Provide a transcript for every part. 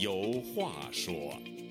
有话说。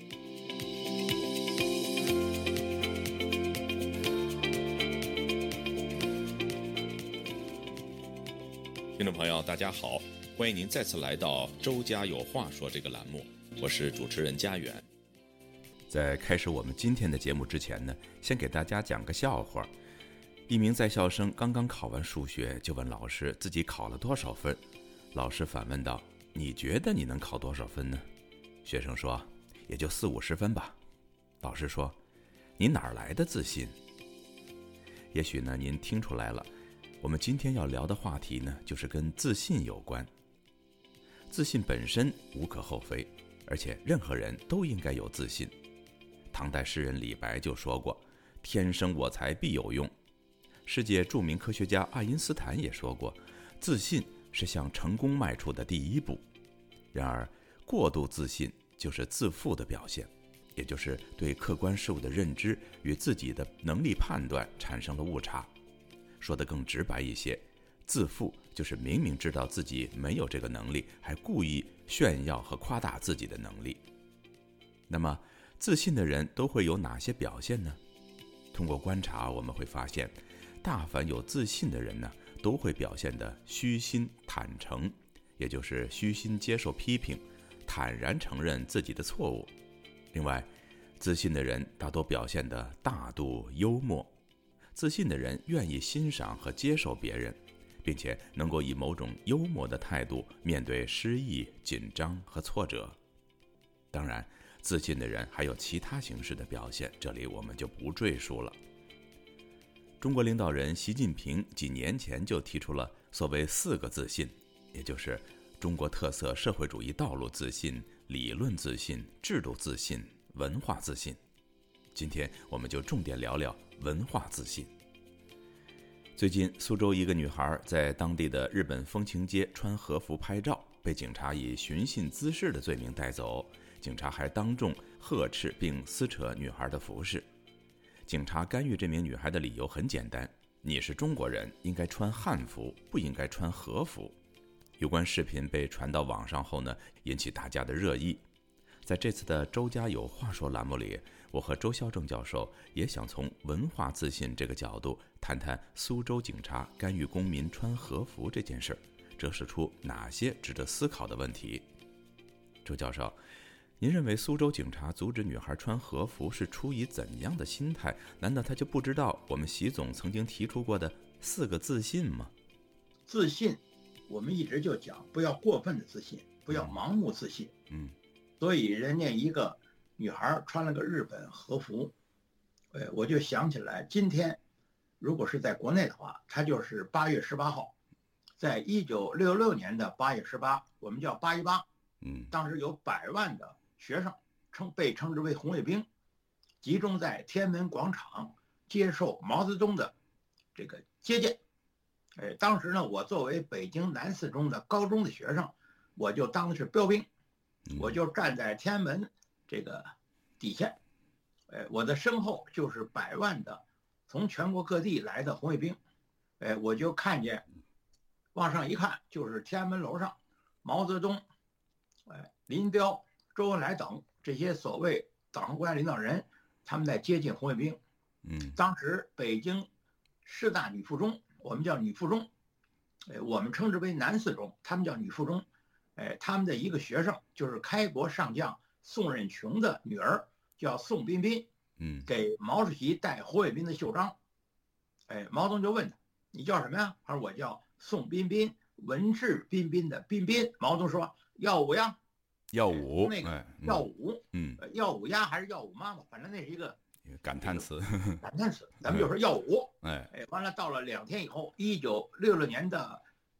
听众朋友大家好，欢迎您再次来到周家有话说这个栏目，我是主持人家园。 在开始我们今天的节目之前呢，先给大家讲个笑话。一名在校生刚刚考完数学，就问老师自己考了多少分。老师反问道：你觉得你能考多少分呢？学生说：也就40-50分吧。老师说：你哪儿来的自信？也许呢，您听出来了，我们今天要聊的话题呢，就是跟自信有关。自信本身无可厚非，而且任何人都应该有自信。唐代诗人李白就说过：天生我材必有用。世界著名科学家爱因斯坦也说过，自信是向成功迈出的第一步。然而，过度自信就是自负的表现，也就是对客观事物的认知与自己的能力判断产生了误差。说得更直白一些，自负就是明明知道自己没有这个能力，还故意炫耀和夸大自己的能力。那么，自信的人都会有哪些表现呢？通过观察，我们会发现，大凡有自信的人呢，都会表现得虚心坦诚，也就是虚心接受批评，坦然承认自己的错误。另外，自信的人大多表现得大度幽默。自信的人愿意欣赏和接受别人，并且能够以某种幽默的态度面对失意、紧张和挫折。当然，自信的人还有其他形式的表现，这里我们就不赘述了。中国领导人习近平几年前就提出了所谓4个自信，也就是中国特色社会主义道路自信、理论自信、制度自信、文化自信。今天我们就重点聊聊文化自信。最近，苏州一个女孩在当地的日本风情街穿和服拍照，被警察以寻衅滋事的罪名带走。警察还当众呵斥并撕扯女孩的服饰。警察干预这名女孩的理由很简单：你是中国人，应该穿汉服，不应该穿和服。有关视频被传到网上后呢，引起大家的热议。在这次的周家有话说栏目里，我和周孝正教授也想从文化自信这个角度谈谈苏州警察干预公民穿和服这件事，折射出哪些值得思考的问题。周教授，您认为苏州警察阻止女孩穿和服是出于怎样的心态？难道他就不知道我们习总曾经提出过的4个自信吗？ 自信，我们一直就讲不要过分的自信，不要盲目自信。所以人家一个女孩穿了个日本和服，我就想起来，今天如果是在国内的话，它就是8月18号，在1966年的8月18，我们叫818。当时有100万的学生被称之为红卫兵，集中在天安门广场接受毛泽东的这个接见。当时呢，我作为北京南四中的高中的学生，我就当的是标兵，我就站在天安门这个底下，我的身后就是100万的从全国各地来的红卫兵，我就看见，往上一看就是天安门楼上毛泽东、林彪、周恩来等这些所谓党和国家领导人，他们在接近红卫兵。当时北京师大女附中，我们叫女附中，我们称之为南四中，他们叫女附中。他们的一个学生就是开国上将宋任穷的女儿，叫宋彬彬，给毛主席戴红卫兵的袖章。毛泽东就问他：你叫什么呀？他说：我叫宋彬彬，文质彬彬的彬彬。毛泽东说：耀武呀， 耀武， 那个耀武，耀武呀还是耀武妈妈，反正那是一个感叹词， 感叹词，咱们就说耀武。完了，到了2天以后，1966年的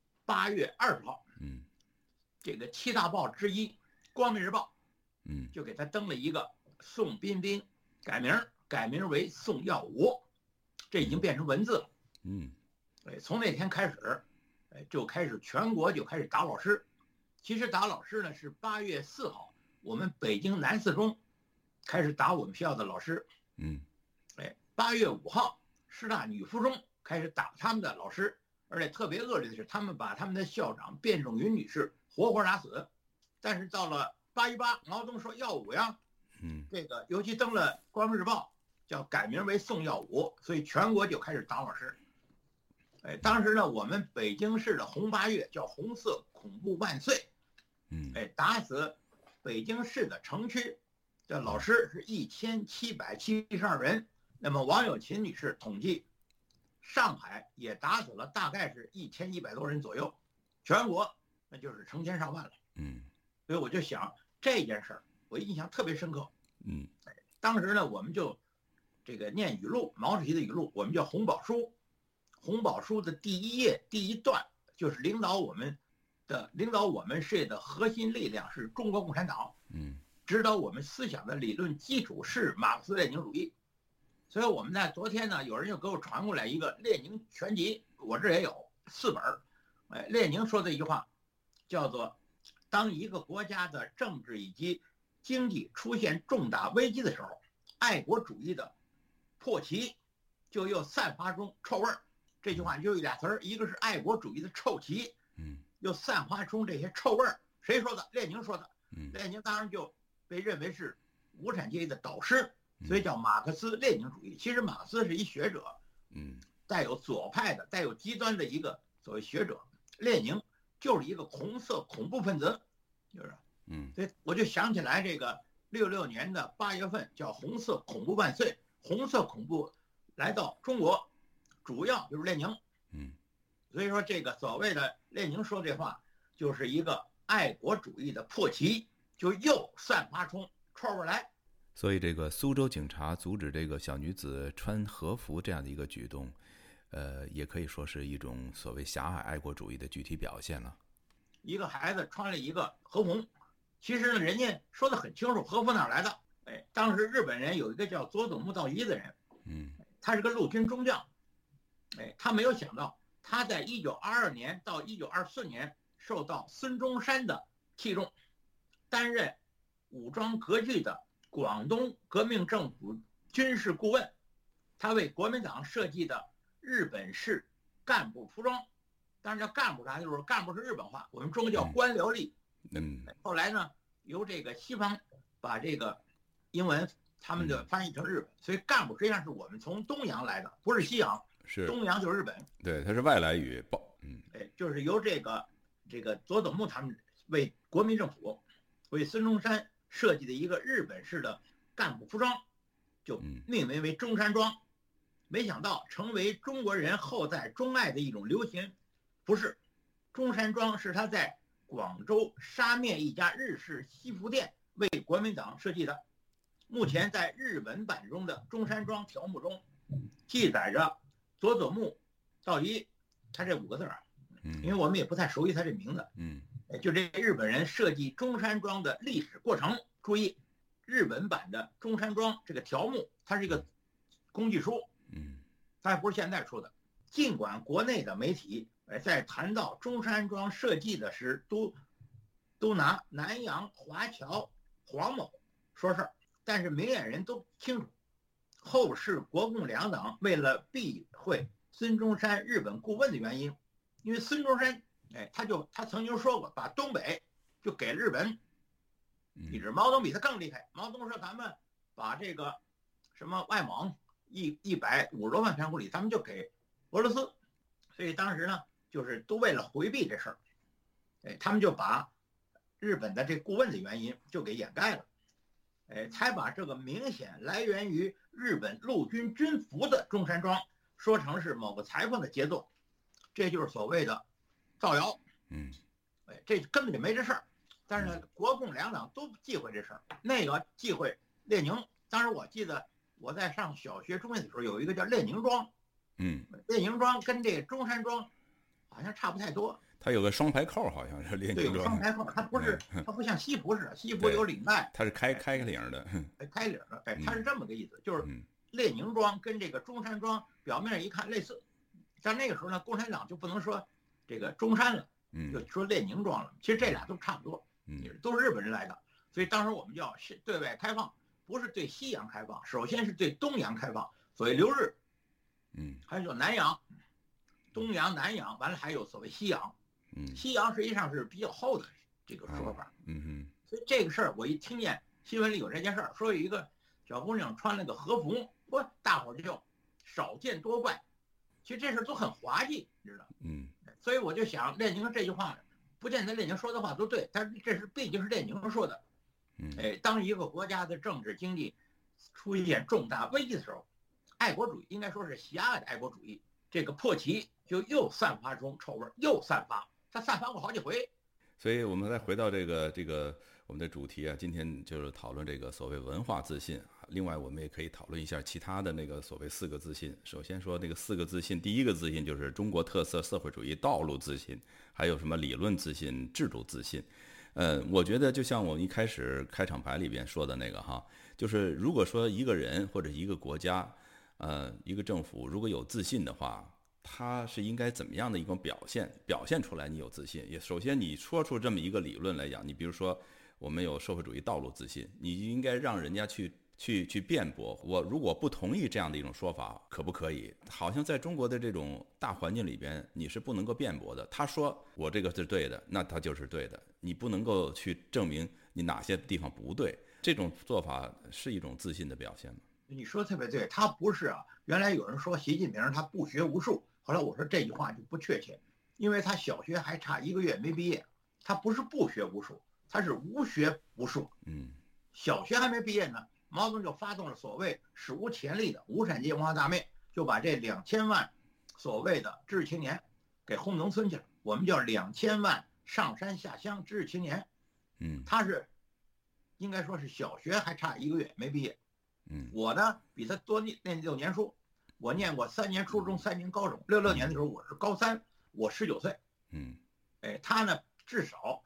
8月20号，这个7大报之一《光明日报》，就给他登了一个宋彬彬改名为宋耀武，这已经变成文字了。从那天开始，就开始全国就开始打老师。其实打老师呢是8月4号，我们北京南四中开始打我们学校的老师。8月5号，师大女附中开始打他们的老师，而且特别恶劣的是，他们把他们的校长卞仲云女士活活打死。但是到了 8·18，毛泽东说耀武呀，这个尤其登了《光明日报》，叫改名为宋耀武，所以全国就开始打老师。当时呢，我们北京市的红8月叫红色恐怖万岁，打死北京市的城区的老师是1772人。那么王有琴女士统计，上海也打死了大概是1100多人左右，全国那就是成千上万了。所以我就想这件事儿，我印象特别深刻。当时呢，我们就这个念语录，毛主席的语录，我们叫红宝书。红宝书的第1页第1段就是领导我们事业的核心力量是中国共产党，指导我们思想的理论基础是马克思列宁主义。所以我们在昨天呢，有人就给我传过来一个列宁全集，我这也有4本。列宁说的一句话叫做：当一个国家的政治以及经济出现重大危机的时候，爱国主义的破旗就又散发出臭味儿。这句话就有俩词儿，一个是爱国主义的臭旗，又散发出这些臭味儿。谁说的？列宁说的。列宁当然就被认为是无产阶级的导师，所以叫马克思列宁主义。其实马克思是一学者，带有左派的、带有极端的一个所谓学者。列宁就是一个红色恐怖分子，就是，所以我就想起来这个66年的8月份叫红色恐怖万岁，红色恐怖来到中国。主要就是列宁，所以说这个所谓的列宁说这话，就是一个爱国主义的破旗，就又散发出臭味来。 所以这个苏州警察阻止这个小女子穿和服这样的一个举动，也可以说是一种所谓狭隘爱国主义的具体表现了。 一个孩子穿了一个和服，其实呢，人家说得很清楚，和服哪来的？当时日本人有一个叫佐佐木道一的人，他是个陆军中将。他没有想到，他在1922年到1924年受到孙中山的器重，担任武装割据的广东革命政府军事顾问。他为国民党设计的日本式干部服装，当然叫干部啥，就是干部是日本话，我们中国叫官僚隶。后来呢，由这个西方把这个英文他们就翻译成日本，所以干部实际上是我们从东洋来的，不是西洋。 是东洋就是日本， 对，它是外来语。 就是由这个佐佐木他们为国民政府、为孙中山设计的一个日本式的干部服装，就命名为中山装。没想到成为中国人后代钟爱的一种流行服饰。中山装是他在广州沙面一家日式西服店为国民党设计的。目前在日文版中的中山装条目中，记载着佐佐木道一，他这5个字啊，因为我们也不太熟悉他这名字，就这日本人设计中山装的历史过程。注意，日本版的中山装这个条目，它是一个工具书，它还不是现在出的。尽管国内的媒体在谈到中山装设计的时，都拿南洋华侨黄某说事儿，但是明眼人都清楚。后世国共两党为了避讳孙中山日本顾问的原因，因为孙中山他曾经说过，把东北就给日本。你知毛泽东比他更厉害，毛泽东说咱们把这个什么外蒙150多万平方公里，咱们就给俄罗斯。所以当时呢，就是都为了回避这事儿，他们就把日本的这顾问的原因就给掩盖了。才把这个明显来源于日本陆军军服的中山装说成是某个裁缝的杰作，这就是所谓的造谣。这根本就没这事儿。但是呢，国共两党都忌讳这事儿，那个忌讳列宁。当时我记得我在上小学、中学的时候有一个叫列宁装，列宁装跟这中山装好像差不太多。 它有个双排扣，好像是列宁装。 对，双排扣，它不是，它不像西服似的，西服有领带， 它是开领的。 开领的，它是这么个意思，就是列宁装跟这个中山装表面一看类似，但那个时候呢，共产党就不能说这个中山了，就说列宁装了。其实这俩都差不多，都是日本人来的，所以当时我们叫对外开放，不是对西洋开放，首先是对东洋开放，所谓留日，还有南洋、东洋、南洋，完了还有所谓西洋。西洋实际上是比较厚的这个说法， 所以这个事儿我一听见新闻里有这件事儿，说有一个小姑娘穿了个和服，大伙儿就少见多怪。其实这事儿都很滑稽，你知道？所以我就想，列宁这句话不见得列宁说的话都对，但是这是毕竟是列宁说的。当一个国家的政治经济出现重大危机的时候，爱国主义应该说是狭隘的爱国主义，这个破旗就又散发出臭味，又散发，它散发过好几回。 所以我们再回到这个我们的主题啊，今天就是讨论这个所谓文化自信。另外，我们也可以讨论一下其他的那个所谓4个自信。首先说那个4个自信，第一个自信就是中国特色社会主义道路自信，还有什么理论自信、制度自信。我觉得就像我一开始开场白里边说的那个哈，就是如果说一个人或者一个国家，一个政府如果有自信的话，它是应该怎么样的一种表现出来你有自信？也首先你说出这么一个理论来讲，你比如说我们有社会主义道路自信，你应该让人家去辩驳，我如果不同意这样的一种说法，可不可以？好像在中国的这种大环境里边，你是不能够辩驳的。他说我这个是对的，那他就是对的，你不能够去证明你哪些地方不对。这种做法是一种自信的表现吗？ 你说特别对，他不是啊。原来有人说习近平他不学无术，后来我说这句话就不确切，因为他小学还差1个月没毕业，他不是不学无术，他是无学无术。小学还没毕业呢，毛泽东就发动了所谓史无前例的无产阶级文化大革命，就把这2000万所谓的知识青年给轰农村去了。我们叫2000万上山下乡知识青年。他是应该说是小学还差1个月没毕业。我呢比他多念6年书，我念过3年初中3年高中。66年的时候我是高3，我19岁。他呢至少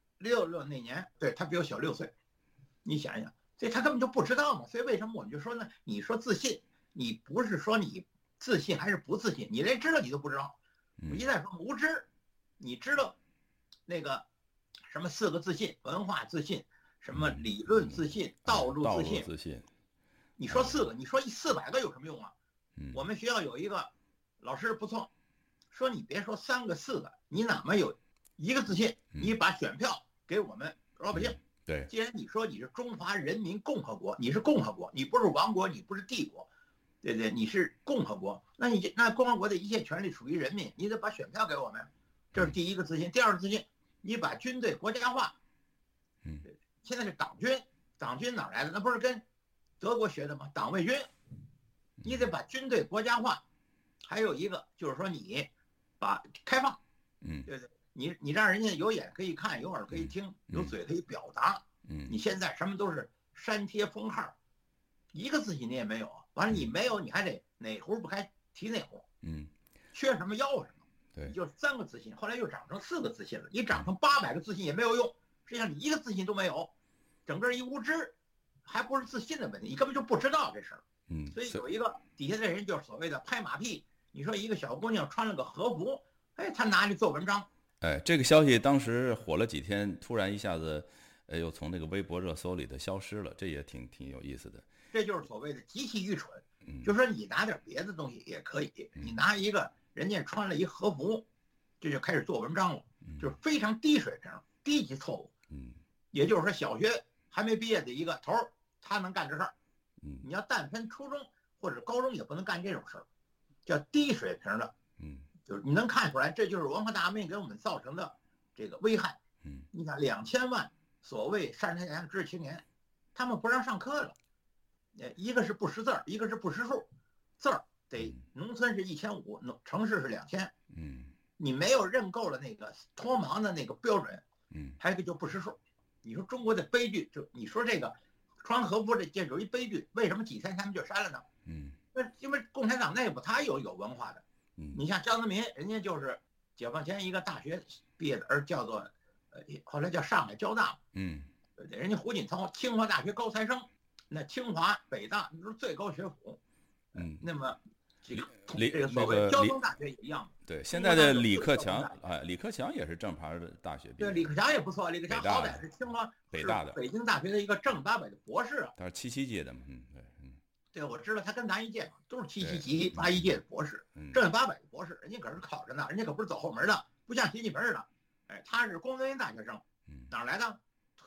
66那年，对，他比我小6岁。你想一想，所以他根本就不知道嘛。所以为什么我们就说呢？你说自信，你不是说你自信还是不自信，你连知道你都不知道。我一再说无知，你知道那个什么4个自信，文化自信，什么理论自信，道路自信。你说4个，你说400个有什么用啊？我们学校有一个老师不错，说你别说3个4个，你哪么有1个自信，你把选票给我们老百姓。 对， 既然你说你是中华人民共和国，你是共和国，你不是王国，你不是帝国，对不对？你是共和国，那共和国的一切权利属于人民，你得把选票给我们。这是第一个自信。第二个自信，你把军队国家化。现在是党军哪来的？那不是跟德国学的吗？党卫军，你得把军队国家化。还有一个就是说你把开放，对不对？你让人家有眼可以看，有耳可以听，有嘴可以表达。你现在什么都是删帖封号，1个自信你也没有。完了你没有，你还得哪壶不开提哪壶。缺什么要什么。 对， 就3个自信，后来又长成4个自信了。你长成800个自信也没有用，实际上你1个自信都没有，整个一无知，还不是自信的问题，你根本就不知道这事儿。所以有一个底下的人就是所谓的拍马屁。你说一个小姑娘穿了个和服，她拿去做文章。 这个消息当时火了几天，突然一下子，又从那个微博热搜里头消失了，这也挺有意思的。 这就是所谓的极其愚蠢。就说你拿点别的东西也可以，你拿一个人家穿了一和服，这就开始做文章了，就是非常低水平、低级错误。也就是说，小学还没毕业的一个头儿，他能干这事儿。你要但分初中或者高中也不能干这种事儿，叫低水平的。就是你能看出来，这就是文化大革命给我们造成的这个危害。你看2000万所谓上山下乡知识青年，他们不让上课了。一个是不识字儿，一个是不识数，字儿得农村是1500，城市是2000。你没有认够了那个脱盲的那个标准。还有一个就不识数。你说中国的悲剧，就你说这个穿和服这有一悲剧，为什么几天他们就删了呢？因为共产党内部他有文化的。你像江泽民，人家就是解放前一个大学毕业的，而叫做后来叫上海交大。人家胡锦涛清华大学高材生，那清华北大你说最高学府。那么这个所谓交通大学也一样。 对，现在的李克强，李克强也是正牌的大学毕业。 对，李克强也不错，李克强好歹是清华北大的北京大学的一个正800的博士啊。 他是77届的嘛。 对，我知道他跟咱一届都是77级81届的博士，正800的博士，人家可是考着呢，人家可不是走后门的，不像习近平似的。他是工农院大学生，哪来的？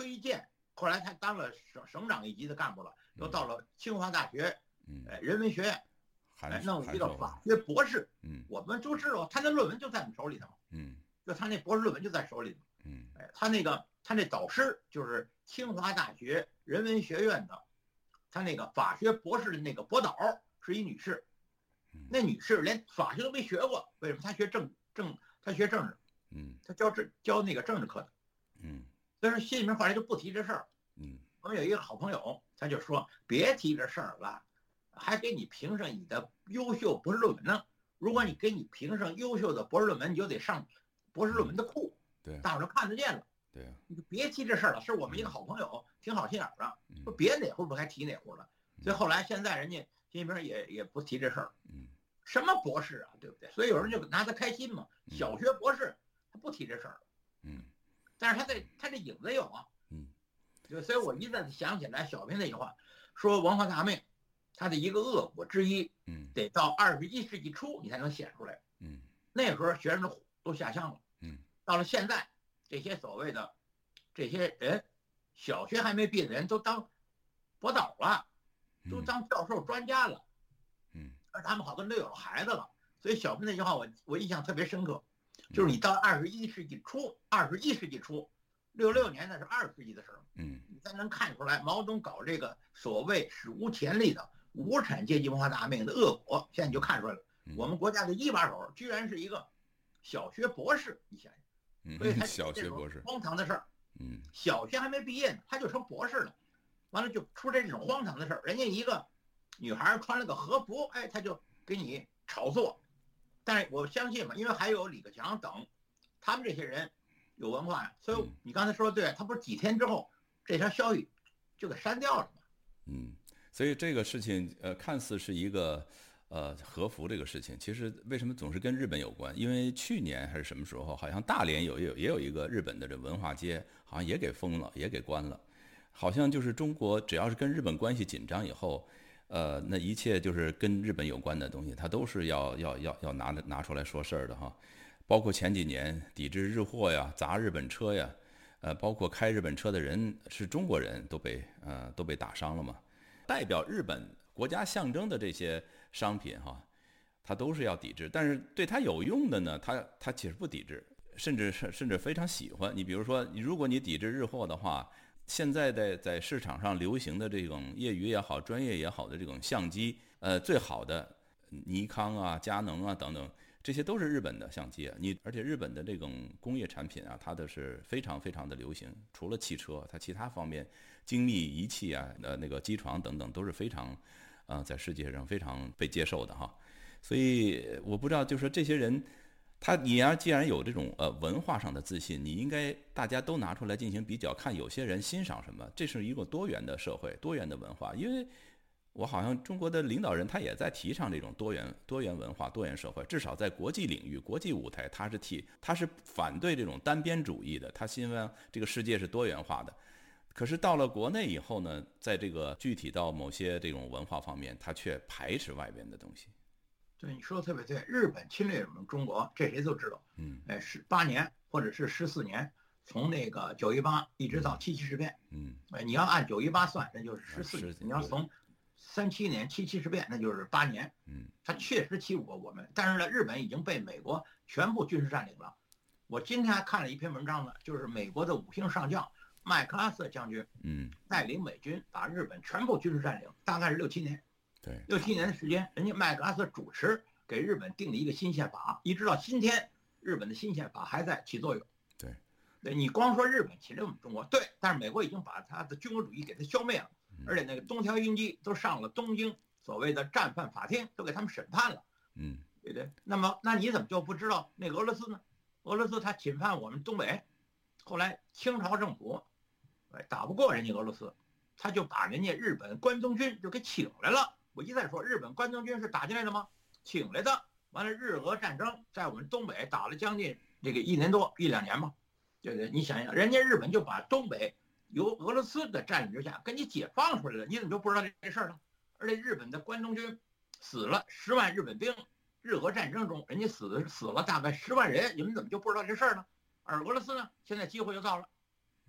推荐，后来他当了省长一级的干部了，又到了清华大学人文学院，弄一个法学博士。我们都知道他那论文就在我们手里头嘛。就他那博士论文就在手里头。他那导师就是清华大学人文学院的，他那个法学博士的那个博导是一女士。那女士连法学都没学过，为什么？她学她学政治，她教那个政治课的，所以说习近平后来就不提这事儿。我们有一个好朋友，他就说别提这事儿了，还给你评上你的优秀博士论文呢。如果你给你评上优秀的博士论文，你就得上博士论文的库， 对， 大伙都看得见了。 对， 你就别提这事儿了。是我们一个好朋友，挺好心眼的，说别哪户不还提哪户了。所以后来现在人家习近平也不提这事儿。什么博士啊，对不对？所以有人就拿他开心嘛。小学博士他不提这事儿了。但是他这影子有啊。所以我一再想起来小平那句话，说文化大革命它的一个恶果之一，得到21世纪初你才能显出来。那时候学生都下乡了。到了现在，这些所谓的这些人，小学还没毕业的人都当博导了，都当教授专家了。而他们好多人都有了孩子了。所以小平那句话我印象特别深刻，就是你到21世纪初，66年那是20世纪的事儿。你才能看出来毛泽东搞这个所谓史无前例的无产阶级文化大革命的恶果。现在你就看出来了，我们国家的一把手居然是一个小学博士，你想想，所以他小学博士荒唐的事儿。小学还没毕业呢，他就成博士了，完了就出这种荒唐的事儿。人家一个女孩穿了个和服，他就给你炒作。但是我相信嘛，因为还有李克强等，他们这些人有文化呀，所以你刚才说的对，他不是几天之后这条消息就给删掉了吗？ 所以这个事情看似是一个和服这个事情，其实为什么总是跟日本有关？因为去年还是什么时候，好像大连也有一个日本的这文化街，好像也给封了，也给关了。好像就是中国只要是跟日本关系紧张以后，那一切就是跟日本有关的东西，他都是要拿出来说事儿的哈。包括前几年抵制日货呀、砸日本车呀，包括开日本车的人是中国人都被打伤了嘛。代表日本国家象征的这些商品哈，它都是要抵制。但是对它有用的呢，它其实不抵制，甚至非常喜欢。你比如说，如果你抵制日货的话，现在在市场上流行的这种业余也好、专业也好的这种相机，最好的尼康啊、佳能啊等等，这些都是日本的相机啊。而且日本的这种工业产品啊，它的是非常非常的流行。除了汽车，它其他方面精密仪器啊、那个机床等等都是非常，在世界上非常被接受的哈。所以我不知道，就是说这些人。你既然有这种文化上的自信，你应该大家都拿出来进行比较，看有些人欣赏什么。这是一个多元的社会，多元的文化。因为我好像中国的领导人他也在提倡这种多元文化、多元社会。至少在国际领域、国际舞台，他是反对这种单边主义的。他希望这个世界是多元化的。可是到了国内以后呢，在这个具体到某些这种文化方面，他却排斥外边的东西。 对，你说的特别对。日本侵略我们中国，这谁都知道。18年或者是14年，从那个9·18一直到7·7事变。你要按9·18算，那就是14年；你要从37年7·7事变，那就是8年。他确实欺辱过我们，但是呢，日本已经被美国全部军事占领了。我今天还看了一篇文章呢，就是美国的5星上将麦克阿瑟将军，带领美军把日本全部军事占领，大概是6、7年。 对 ，6、7年的时间，人家麦克阿瑟主持给日本定了一个新宪法，一直到今天，日本的新宪法还在起作用。对，你光说日本侵略我们中国，对，但是美国已经把他的军国主义给他消灭了，而且那个东条英机都上了东京所谓的战犯法庭，都给他们审判了。对不对？那你怎么就不知道那个俄罗斯呢？俄罗斯他侵犯我们东北，后来清朝政府打不过人家俄罗斯，他就把人家日本关东军就给请来了。我一再说，日本关东军是打进来的吗？请来的。完了，日俄战争在我们东北打了将近这个1年多1、2年吧，对不对？你想想，人家日本就把东北由俄罗斯的占领之下给你解放出来了，你怎么就不知道这事儿呢？而且日本的关东军死了10万日本兵，日俄战争中人家死了大概10万人，你们怎么就不知道这事儿呢？而俄罗斯呢，现在机会就到了，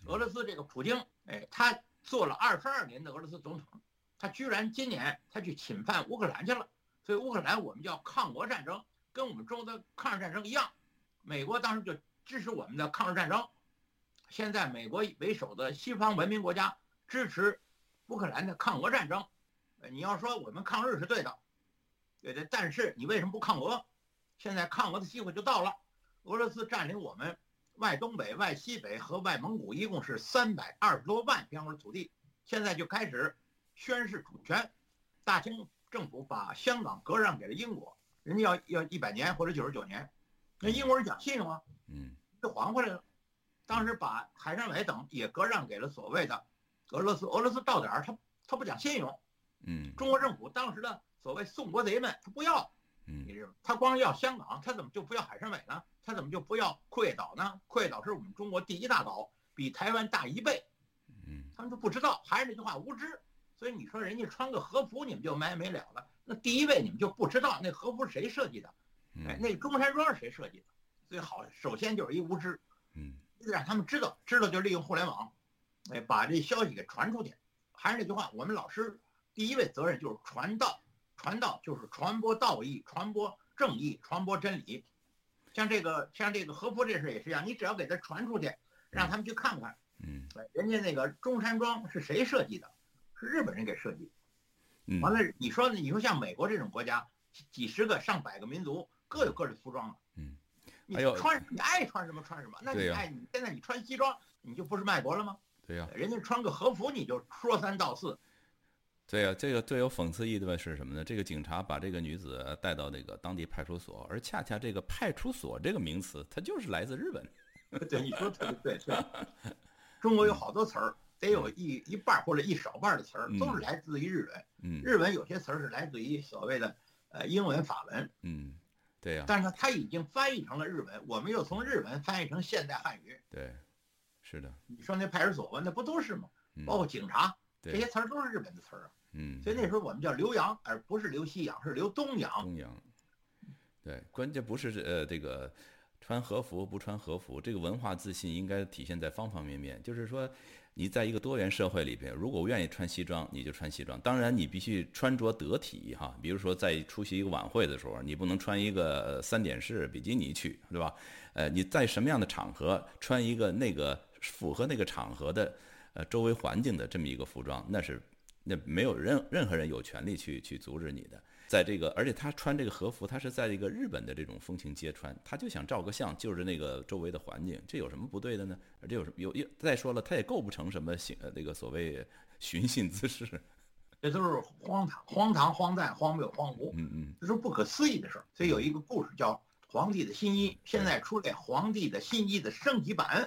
俄罗斯这个普京，他做了22年的俄罗斯总统，他居然今年他去侵犯乌克兰去了。所以乌克兰我们叫抗俄战争，跟我们中国的抗日战争一样。美国当时就支持我们的抗日战争，现在美国为首的西方文明国家支持乌克兰的抗俄战争。你要说我们抗日是对的，但是你为什么不抗俄？现在抗俄的机会就到了。俄罗斯占领我们外东北、外西北和外蒙古，一共是320多万平方公里土地，现在就开始宣示主权。大清政府把香港割让给了英国，人家要100年或者99年，那英国人讲信用啊，就还回来了。当时把海参崴等也割让给了所谓的俄罗斯，俄罗斯到点儿他不讲信用，中国政府当时的所谓送国贼们他不要，你知道吗？他光要香港，他怎么就不要海参崴呢？他怎么就不要库页岛呢？库页岛是我们中国第1大岛，比台湾大1倍，他们就不知道，还是那句话，无知。所以你说人家穿个和服你们就没了了，那第一位你们就不知道那和服是谁设计的，那中山装是谁设计的？最好首先就是一无知，让他们知道就利用互联网，把这消息给传出去。还是那句话，我们老师第一位责任就是传道，传道就是传播道义、传播正义、传播真理。像这个和服这事也是一样，你只要给他传出去，让他们去看看，人家那个中山装是谁设计的？是日本人给设计。完了，你说像美国这种国家，几十个、上百个民族，各有各的服装了。你爱穿什么穿什么。那你现在你穿西装，你就不是卖国了吗？ 对呀， 人家穿个和服，你就说3道4。 对呀，这个最有讽刺意味是什么呢？这个警察把这个女子带到那个当地派出所，而恰恰这个派出所这个名词，它就是来自日本。 对，你说特别对。中国有好多词儿。得有一半或者一少半的词儿都是来自于日文，日文有些词儿是来自于所谓的英文、法文， 对呀。 但是它已经翻译成了日文，我们又从日文翻译成现代汉语。 对，是的。 你说那派出所那不都是吗？包括警察，这些词儿都是日本的词儿啊。所以那时候我们叫留洋，而不是留西洋，是留东洋。 东洋。对，关键不是这个。穿和服不穿和服，这个文化自信应该体现在方方面面。就是说，你在一个多元社会里边，如果我愿意穿西装，你就穿西装。当然，你必须穿着得体哈。比如说，在出席一个晚会的时候，你不能穿一个3点式比基尼去，对吧？你在什么样的场合穿一个那个符合那个场合的周围环境的这么一个服装，那没有任何人有权利去阻止你的。在这个，而且他穿这个和服，他是在这个日本的这种风情街穿，他就想照个相，就是那个周围的环境，这有什么不对的呢？而且再说了，他也构不成什么那个所谓寻衅滋事， 这都是荒唐、荒诞、荒谬、荒芜，这是不可思议的事儿。所以有一个故事叫《皇帝的新衣》，现在出来《皇帝的新衣》的升级版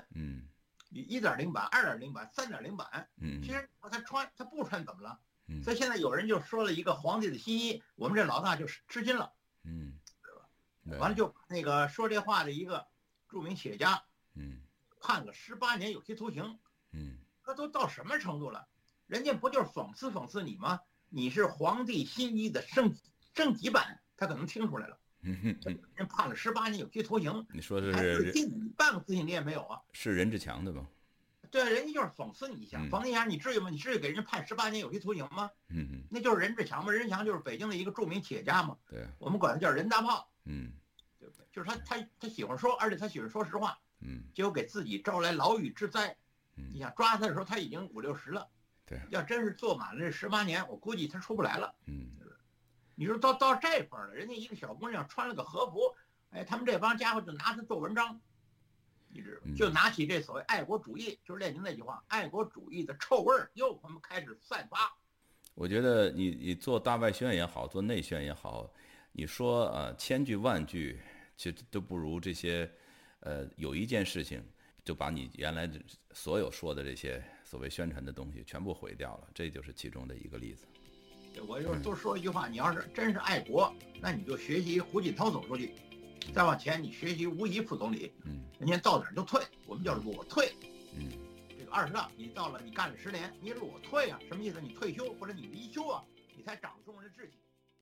，1.0版、2.0版、3.0版，其实他不穿怎么了？所以现在有人就说了一个皇帝的新衣，我们这老大就吃惊了，对吧？完了就那个说这话的一个著名企业家，判了18年有期徒刑，这都到什么程度了？人家不就是讽刺你吗？你是皇帝新衣的升级版，他可能听出来了，人判了18年有期徒刑， 你说的是半个自信力也没有啊？ 是任志强的吗？ 对，人家就是讽刺你一下，讽刺一下，你至于吗？你至于给人家判18年有期徒刑吗？那就是任志强嘛，任志强就是北京的一个著名企业家嘛， 对， 我们管他叫任大炮，对不对？就是他喜欢说，而且他喜欢说实话，结果给自己招来牢狱之灾。你想抓他的时候，他已经50、60了， 对， 要真是坐满了这18年，我估计他出不来了。你说到这块了，人家一个小姑娘穿了个和服，他们这帮家伙就拿它做文章。就拿起这所谓爱国主义，就是列宁那句话，爱国主义的臭味儿又他们开始散发。 我觉得你做大外宣也好，做内宣也好，你说千句万句，其实都不如这些有一件事情就把你原来所有说的这些所谓宣传的东西全部毁掉了，这就是其中的一个例子。 我就是多说一句话，你要是真是爱国，那你就学习胡锦涛总书记。再往前，你学习吴仪副总理，人家到哪儿就退，我们叫裸退。这个20大你到了，你干了10年，你裸退啊，什么意思？你退休或者你离休啊，你才长中人的志气。